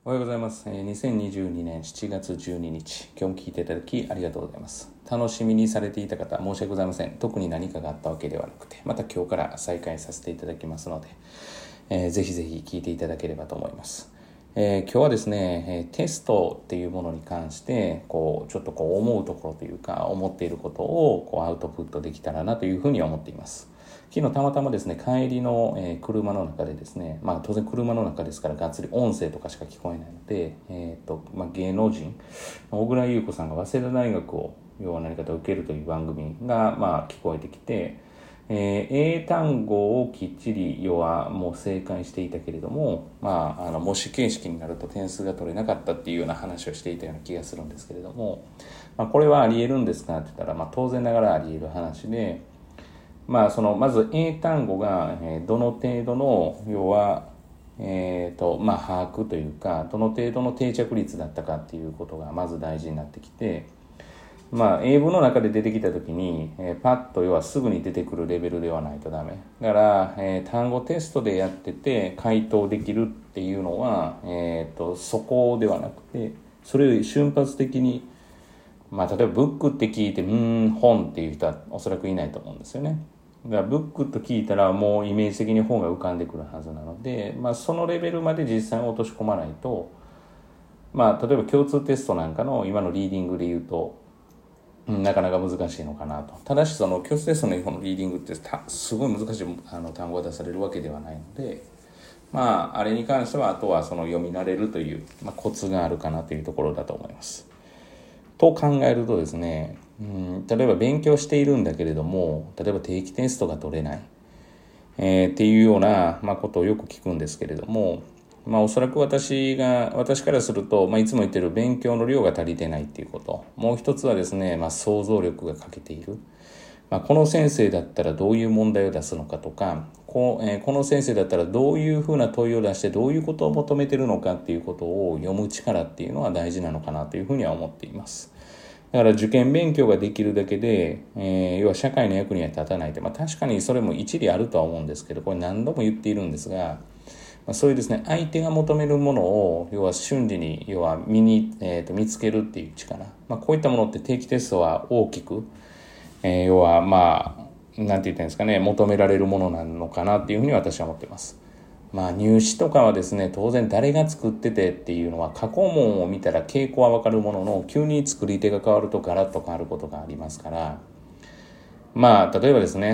おはようございます。2022年7月12日、今日も聞いていただきありがとうございます。楽しみにされていた方、申し訳ございません。特に何かがあったわけではなくて、また今日から再開させていただきますので、ぜひぜひ聞いていただければと思います。今日はですね、テストっていうものに関して、ちょっと思うところというか、思っていることをアウトプットできたらなというふうに思っています。昨日たまたまですね、帰りの、車の中でですね、当然車の中ですからがっつり音声とかしか聞こえないので、芸能人小倉優子さんが早稲田大学を要は何かと受けるという番組が、聞こえてきて、英単語をきっちり要はもう正解していたけれども、模試形式になると点数が取れなかったっていうような話をしていたような気がするんですけれども、これはあり得るんですかって言ったら、当然ながらあり得る話で、まず英単語がどの程度の要は把握というか、どの程度の定着率だったかっていうことがまず大事になってきて、英文の中で出てきた時にパッと要はすぐに出てくるレベルではないとダメだから、単語テストでやってて回答できるっていうのは、そこではなくて、それより瞬発的に例えばブックって聞いて本っていう人はおそらくいないと思うんですよね。だからブックと聞いたらもうイメージ的に本が浮かんでくるはずなので、そのレベルまで実際に落とし込まないと、例えば共通テストなんかの今のリーディングで言うと、なかなか難しいのかなと。ただしその共通テストの日本のリーディングってすごい難しい単語が出されるわけではないので、あれに関してはあとはその読み慣れるという、コツがあるかなというところだと思います。と考えるとですね、例えば勉強しているんだけれども、例えば定期テストが取れない、っていうような、ことをよく聞くんですけれども、おそらく私からすると、いつも言ってる勉強の量が足りてないっていうこと。もう一つはですね、想像力が欠けている。この先生だったらどういう問題を出すのかとか、この先生だったらどういうふうな問いを出してどういうことを求めてるのかっていうことを読む力っていうのは大事なのかなというふうには思っています。だから受験勉強ができるだけで、要は社会の役には立たないって、確かにそれも一理あるとは思うんですけど、これ何度も言っているんですが、そういうですね、相手が求めるものを要は瞬時に見つけるっていう力、こういったものって定期テストは大きく、要はなんて言ったんですかね、求められるものなのかなっていうふうに私は思っています。入試とかはですね、当然誰が作っててっていうのは過去問を見たら傾向はわかるものの、急に作り手が変わるとガラッと変わることがありますから、例えばですね、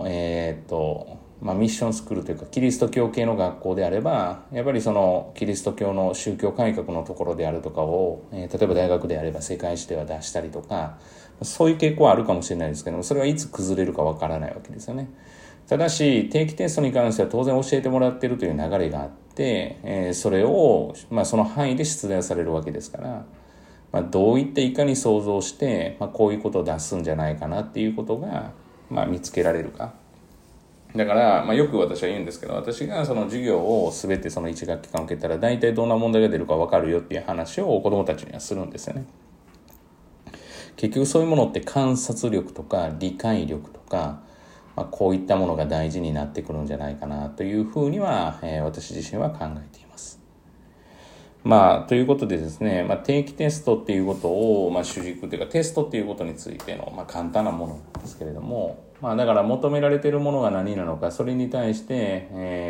ミッションスクールというかキリスト教系の学校であれば、やっぱりそのキリスト教の宗教改革のところであるとかを、例えば大学であれば世界史では出したりとか、そういう傾向はあるかもしれないですけども、それはいつ崩れるかわからないわけですよね。ただし定期テストに関しては当然教えてもらっているという流れがあって、それを、その範囲で出題されるわけですから、どういっていかに想像して、こういうことを出すんじゃないかなっていうことが、見つけられるか。だから、よく私は言うんですけど、私がその授業を全てその1学期間受けたら大体どんな問題が出るか分かるよっていう話を子どもたちにはするんですよね。結局そういうものって観察力とか理解力とか、こういったものが大事になってくるんじゃないかなというふうには、私自身は考えています。ということでですね、定期テストっていうことを、主軸というかテストっていうことについての、簡単なものなんですけれども、だから求められているものが何なのか、それに対して、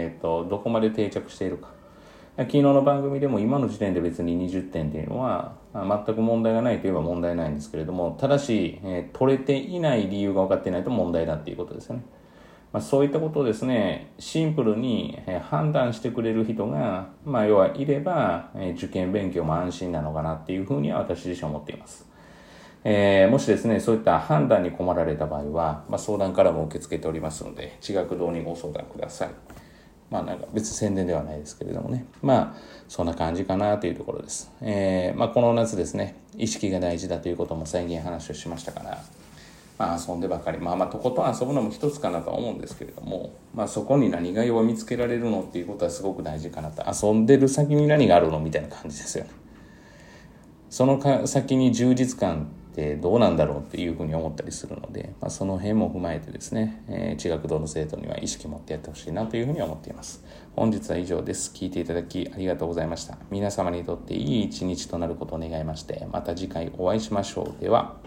どこまで定着しているか。昨日の番組でも今の時点で別に20点っていうのは、全く問題がないといえば問題ないんですけれども、ただし、取れていない理由が分かっていないと問題だっていうことですよね。そういったことをですね、シンプルに判断してくれる人が、要はいれば、受験勉強も安心なのかなっていうふうには私自身は思っています。もしですね、そういった判断に困られた場合は、相談からも受け付けておりますので、地学堂にご相談ください。なんか別に宣伝ではないですけれどもね。そんな感じかなというところです。この夏ですね、意識が大事だということも最近話をしましたから、遊んでばかり、とことん遊ぶのも一つかなとは思うんですけれども、そこに何が要は見つけられるのっていうことはすごく大事かなと。遊んでる先に何があるのみたいな感じですよね。その先に充実感っってどうなんだろうっていうふうに思ったりするので、その辺も踏まえてですね、地学堂の生徒には意識を持ってやってほしいなというふうに思っています。本日は以上です。聞いていただきありがとうございました。皆様にとっていい一日となることを願いまして、また次回お会いしましょう。では。